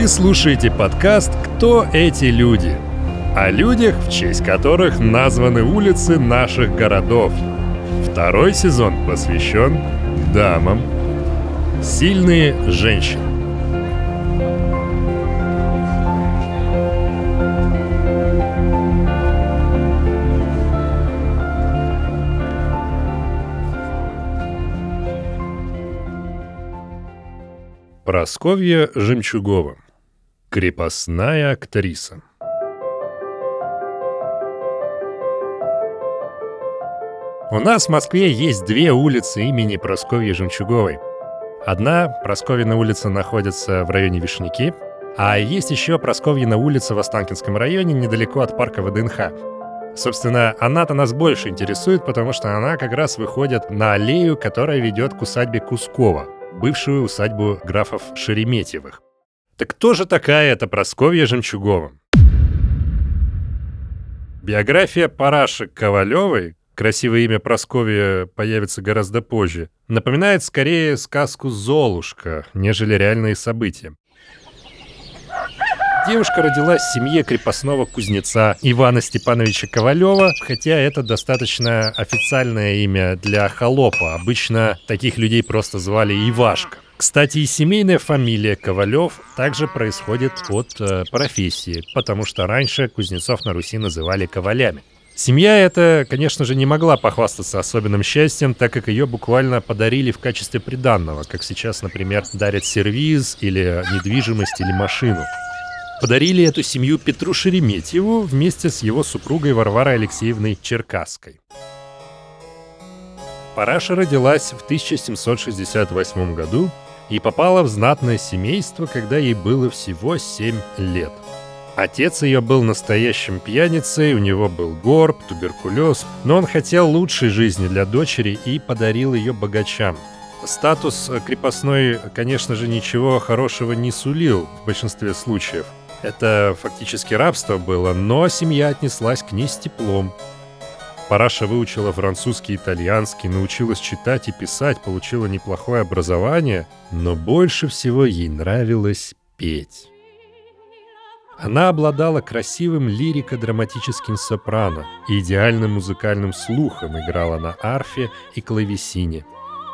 Вы слушаете подкаст «Кто эти люди?», о людях, в честь которых названы улицы наших городов. Второй сезон посвящен дамам. Сильные женщины. Прасковья Жемчугова. Крепостная актриса. У нас в Москве есть две улицы имени Прасковьи Жемчуговой. Одна, Прасковьина улица, находится в районе Вишняки, а есть еще Прасковьина улица в Останкинском районе, недалеко от парка ВДНХ. Собственно, она-то нас больше интересует, потому что она как раз выходит на аллею, которая ведет к усадьбе Кускова, бывшую усадьбу графов Шереметьевых. Так кто же такая эта Прасковья Жемчугова? Биография Параши Ковалевой, красивое имя Прасковья появится гораздо позже, напоминает скорее сказку «Золушка», нежели реальные события. Девушка родилась в семье крепостного кузнеца Ивана Степановича Ковалева, хотя это достаточно официальное имя для холопа. Обычно таких людей просто звали Ивашка. Кстати, и семейная фамилия Ковалев также происходит от профессии, потому что раньше кузнецов на Руси называли ковалями. Семья эта, конечно же, не могла похвастаться особенным счастьем, так как ее буквально подарили в качестве приданного, как сейчас, например, дарят сервиз или недвижимость или машину. Подарили эту семью Петру Шереметьеву вместе с его супругой Варварой Алексеевной Черкасской. Параша родилась в 1768 году и попала в знатное семейство, когда ей было всего 7 лет. Отец ее был настоящим пьяницей, у него был горб, туберкулез, но он хотел лучшей жизни для дочери и подарил ее богачам. Статус крепостной, конечно же, ничего хорошего не сулил в большинстве случаев. Это фактически рабство было, но семья отнеслась к ней с теплом. Параша выучила французский и итальянский, научилась читать и писать, получила неплохое образование, но больше всего ей нравилось петь. Она обладала красивым лирико-драматическим сопрано и идеальным музыкальным слухом, играла на арфе и клавесине.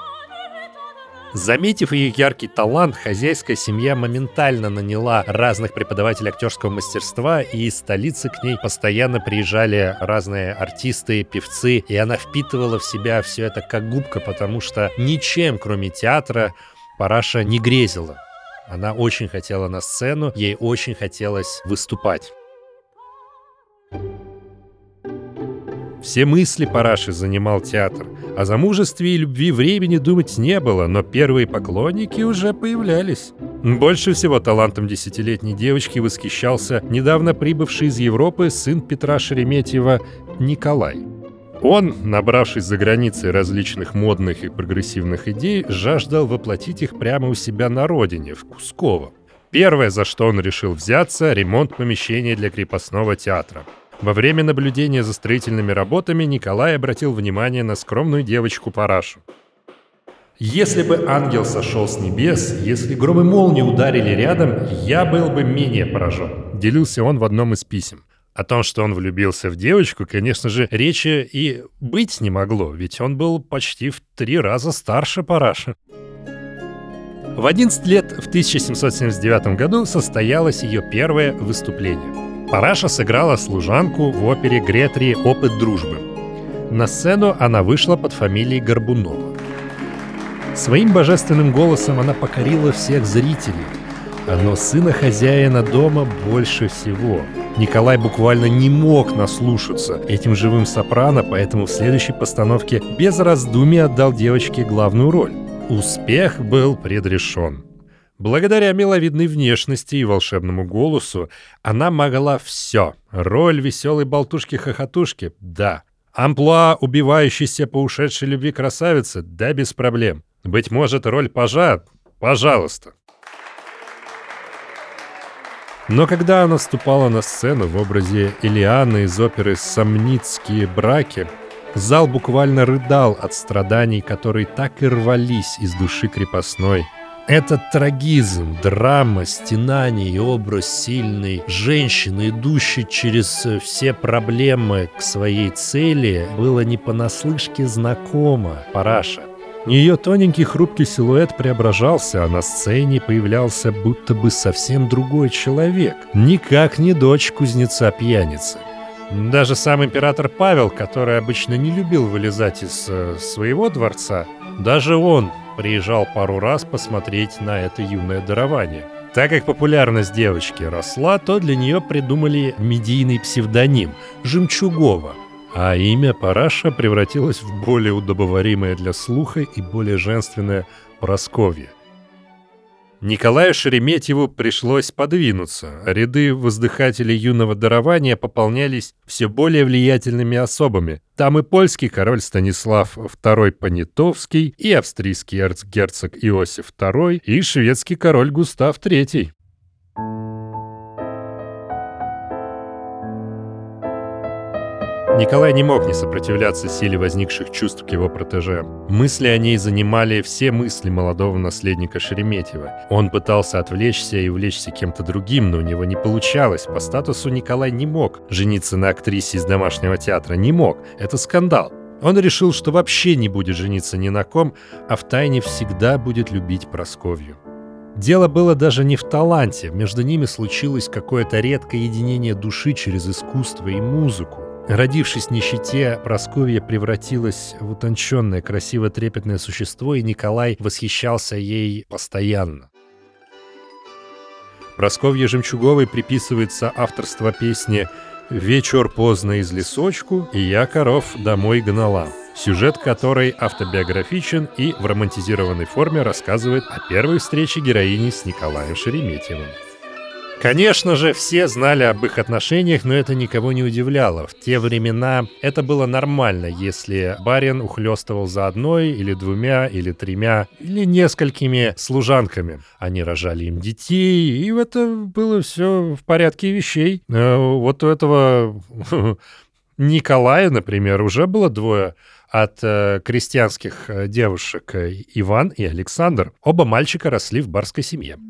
Заметив ее яркий талант, хозяйская семья моментально наняла разных преподавателей актерского мастерства, и из столицы к ней постоянно приезжали разные артисты, певцы, и она впитывала в себя все это как губка, потому что ничем, кроме театра, Параша не грезила. Она очень хотела на сцену, ей очень хотелось выступать. Все мысли Параши занимал театр. О замужестве и любви времени думать не было, но первые поклонники уже появлялись. Больше всего талантом 10-летней девочки восхищался недавно прибывший из Европы сын Петра Шереметьева Николай. Он, набравшись за границей различных модных и прогрессивных идей, жаждал воплотить их прямо у себя на родине, в Кусково. Первое, за что он решил взяться – ремонт помещения для крепостного театра. Во время наблюдения за строительными работами Николай обратил внимание на скромную девочку Парашу. «Если бы ангел сошел с небес, если гром и молнии ударили рядом, я был бы менее поражен», — делился он в одном из писем. О том, что он влюбился в девочку, конечно же, речи и быть не могло, ведь он был почти в 3 раза старше Параши. В 11 лет в 1779 году состоялось ее первое выступление. Параша сыграла служанку в опере Гретрии «Опыт дружбы». На сцену она вышла под фамилией Горбунова. Своим божественным голосом она покорила всех зрителей. Но сына хозяина дома больше всего. Николай буквально не мог наслушаться этим живым сопрано, поэтому в следующей постановке без раздумий отдал девочке главную роль. Успех был предрешен. Благодаря миловидной внешности и волшебному голосу она могла все. Роль веселой болтушки-хохотушки – да. Амплуа убивающейся по ушедшей любви красавицы – да, без проблем. Быть может, роль пажа – пожалуйста. Но когда она ступала на сцену в образе Элианы из оперы «Сомницкие браки», зал буквально рыдал от страданий, которые так и рвались из души крепостной. Этот трагизм, драма, стенание и образ сильной женщины, идущей через все проблемы к своей цели, было не понаслышке знакомо Параше. Ее тоненький хрупкий силуэт преображался, а на сцене появлялся будто бы совсем другой человек, никак не дочь кузнеца-пьяницы. Даже сам император Павел, который обычно не любил вылезать из своего дворца, даже он приезжал пару раз посмотреть на это юное дарование. Так как популярность девочки росла, то для нее придумали медийный псевдоним – Жемчугова, а имя Параша превратилось в более удобоваримое для слуха и более женственное Прасковья. Николаю Шереметьеву пришлось подвинуться, а ряды воздыхателей юного дарования пополнялись все более влиятельными особами. Там и польский король Станислав II Понятовский, и австрийский эрцгерцог Иосиф II, и шведский король Густав III. Николай не мог не сопротивляться силе возникших чувств к его протеже. Мысли о ней занимали все мысли молодого наследника Шереметьева. Он пытался отвлечься и увлечься кем-то другим, но у него не получалось. По статусу Николай не мог жениться на актрисе из домашнего театра. Не мог. Это скандал. Он решил, что вообще не будет жениться ни на ком, а втайне всегда будет любить Прасковью. Дело было даже не в таланте. Между ними случилось какое-то редкое единение души через искусство и музыку. Родившись в нищете, Прасковья превратилась в утонченное, красиво трепетное существо, и Николай восхищался ей постоянно. Прасковье Жемчуговой приписывается авторство песни «Вечер поздно из лесочку, и я коров домой гнала», сюжет которой автобиографичен и в романтизированной форме рассказывает о первой встрече героини с Николаем Шереметьевым. Конечно же, все знали об их отношениях, но это никого не удивляло. В те времена это было нормально, если барин ухлёстывал за одной или двумя или тремя или несколькими служанками. Они рожали им детей, и это было все в порядке вещей. Вот у этого Николая, например, уже было двое от крестьянских девушек, Иван и Александр. Оба мальчика росли в барской семье.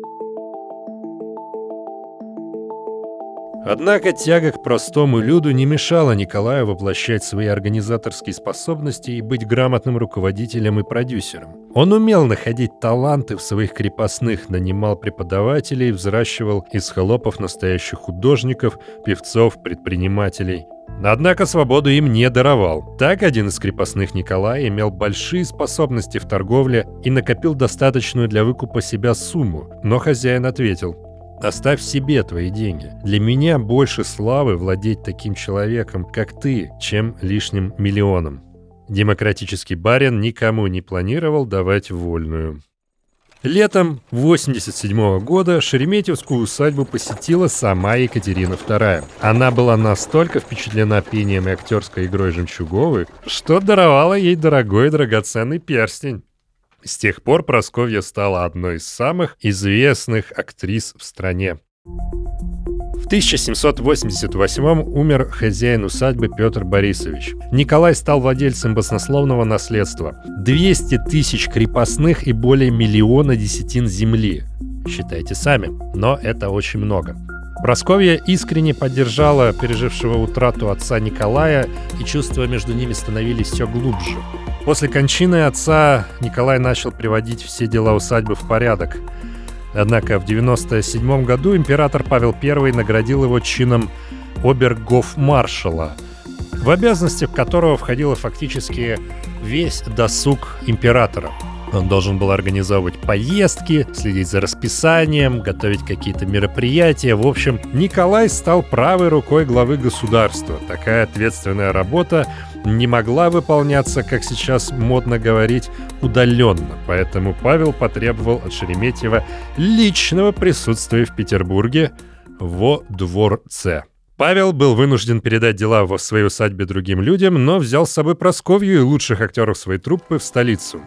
Однако тяга к простому люду не мешала Николаю воплощать свои организаторские способности и быть грамотным руководителем и продюсером. Он умел находить таланты в своих крепостных, нанимал преподавателей, взращивал из холопов настоящих художников, певцов, предпринимателей. Однако свободу им не даровал. Так один из крепостных Николая имел большие способности в торговле и накопил достаточную для выкупа себя сумму, но хозяин ответил: «Оставь себе твои деньги. Для меня больше славы владеть таким человеком, как ты, чем лишним миллионом». Демократический барин никому не планировал давать вольную. Летом 1987 года Шереметьевскую усадьбу посетила сама Екатерина II. Она была настолько впечатлена пением и актерской игрой Жемчуговой, что даровала ей дорогой и драгоценный перстень. С тех пор Прасковья стала одной из самых известных актрис в стране. В 1788 умер хозяин усадьбы Петр Борисович. Николай стал владельцем баснословного наследства. 200 тысяч крепостных и более миллиона десятин земли. Считайте сами, но это очень много. Прасковья искренне поддержала пережившего утрату отца Николая, и чувства между ними становились все глубже. После кончины отца Николай начал приводить все дела усадьбы в порядок. Однако в 1997 году император Павел I наградил его чином обергофмаршала, в обязанности которого входило фактически весь досуг императора. Он должен был организовывать поездки, следить за расписанием, готовить какие-то мероприятия. В общем, Николай стал правой рукой главы государства. Такая ответственная работа не могла выполняться, как сейчас модно говорить, удаленно. Поэтому Павел потребовал от Шереметьева личного присутствия в Петербурге во дворце. Павел был вынужден передать дела в своей усадьбе другим людям, но взял с собой Прасковью и лучших актеров своей труппы в столицу.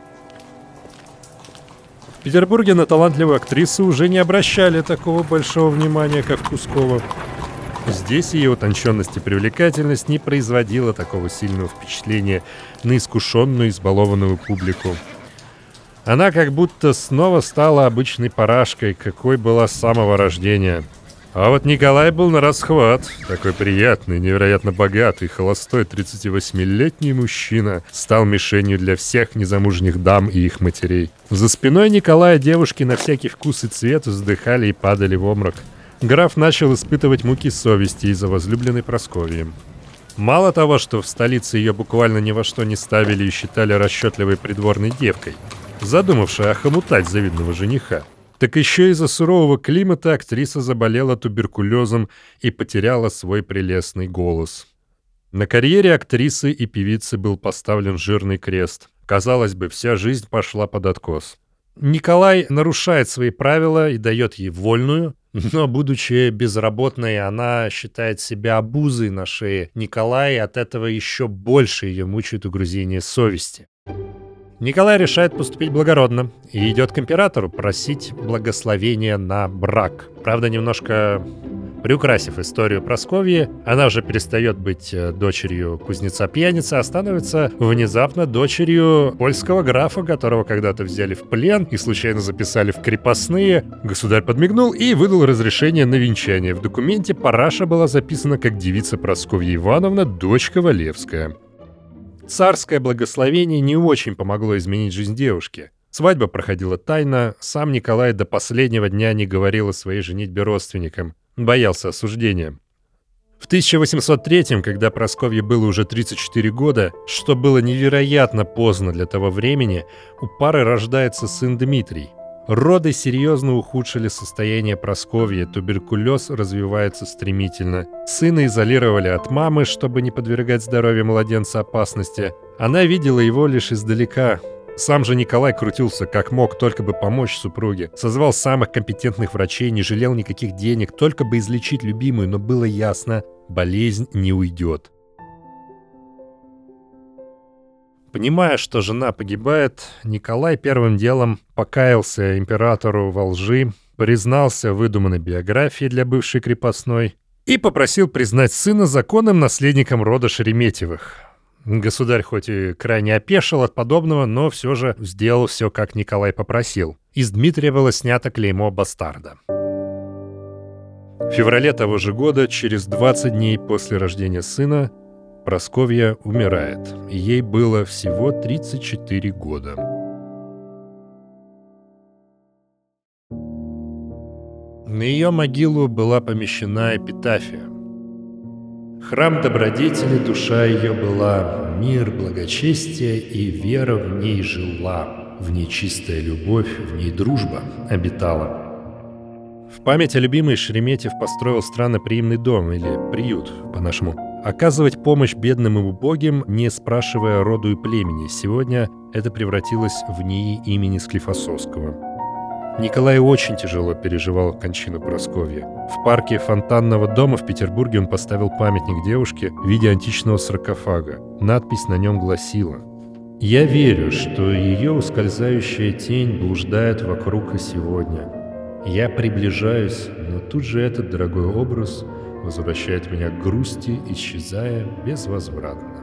В Петербурге на талантливую актрису уже не обращали такого большого внимания, как Кускова. Здесь ее утонченность и привлекательность не производила такого сильного впечатления на искушенную, избалованную публику. Она как будто снова стала обычной парашкой, какой была с самого рождения. А вот Николай был на расхват. Такой приятный, невероятно богатый, холостой 38-летний мужчина стал мишенью для всех незамужних дам и их матерей. За спиной Николая девушки на всякий вкус и цвет вздыхали и падали в обморок. Граф начал испытывать муки совести из-за возлюбленной Прасковьи. Мало того, что в столице ее буквально ни во что не ставили и считали расчетливой придворной девкой, задумавшей охомутать завидного жениха, так еще из-за сурового климата актриса заболела туберкулезом и потеряла свой прелестный голос. На карьере актрисы и певицы был поставлен жирный крест. Казалось бы, вся жизнь пошла под откос. Николай нарушает свои правила и дает ей вольную, но, будучи безработной, она считает себя обузой на шее Николая, и от этого еще больше ее мучает угрызение совести. Николай решает поступить благородно и идет к императору просить благословения на брак. Правда, немножко приукрасив историю Прасковьи, она уже перестает быть дочерью кузнеца-пьяницы, а становится внезапно дочерью польского графа, которого когда-то взяли в плен и случайно записали в крепостные. Государь подмигнул и выдал разрешение на венчание. В документе Параша была записана как девица Прасковья Ивановна, дочь Ковалевская. Царское благословение не очень помогло изменить жизнь девушки. Свадьба проходила тайно, сам Николай до последнего дня не говорил о своей женитьбе родственникам, боялся осуждения. В 1803-м, когда Прасковье было уже 34 года, что было невероятно поздно для того времени, у пары рождается сын Дмитрий. Роды серьезно ухудшили состояние Прасковьи, туберкулез развивается стремительно. Сына изолировали от мамы, чтобы не подвергать здоровью младенца опасности. Она видела его лишь издалека. Сам же Николай крутился как мог, только бы помочь супруге. Созвал самых компетентных врачей, не жалел никаких денег, только бы излечить любимую, но было ясно, болезнь не уйдет. Понимая, что жена погибает, Николай первым делом покаялся императору во лжи, признался в выдуманной биографии для бывшей крепостной и попросил признать сына законным наследником рода Шереметьевых. Государь хоть и крайне опешил от подобного, но все же сделал все, как Николай попросил. Из Дмитрия было снято клеймо бастарда. В феврале того же года, через 20 дней после рождения сына, Прасковья умирает. Ей было всего 34 года. На ее могилу была помещена эпитафия. «Храм добродетели, душа ее была, мир, благочестие и вера в ней жила, в ней чистая любовь, в ней дружба обитала». В память о любимой Шереметьев построил странноприимный дом, или приют, по-нашему. Оказывать помощь бедным и убогим, не спрашивая роду и племени. Сегодня это превратилось в НИИ имени Склифосовского. Николай очень тяжело переживал кончину Прасковьи. В парке Фонтанного дома в Петербурге он поставил памятник девушке в виде античного саркофага. Надпись на нем гласила: «Я верю, что ее ускользающая тень блуждает вокруг и сегодня. Я приближаюсь, но тут же этот дорогой образ возвращает меня к грусти, исчезая безвозвратно».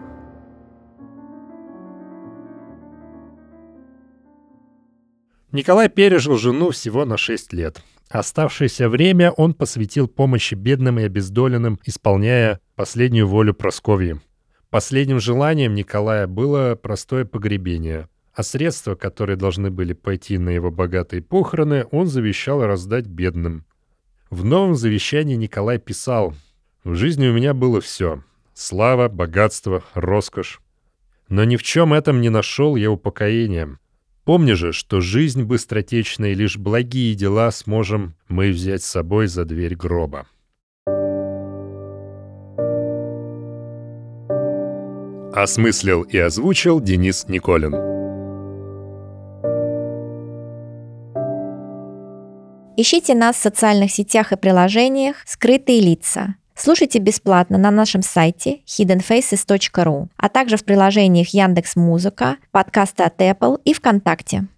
Николай пережил жену всего на 6 лет. Оставшееся время он посвятил помощи бедным и обездоленным, исполняя последнюю волю Прасковьи. Последним желанием Николая было простое погребение, а средства, которые должны были пойти на его богатые похороны, он завещал раздать бедным. В новом завещании Николай писал: «В жизни у меня было все – слава, богатство, роскошь. Но ни в чем этом не нашел я упокоения. Помни же, что жизнь быстротечна, и лишь благие дела сможем мы взять с собой за дверь гроба». Осмыслил и озвучил Денис Николин. Ищите нас в социальных сетях и приложениях «Скрытые лица». Слушайте бесплатно на нашем сайте hiddenfaces.ru, а также в приложениях Яндекс.Музыка, подкасты от Apple и ВКонтакте.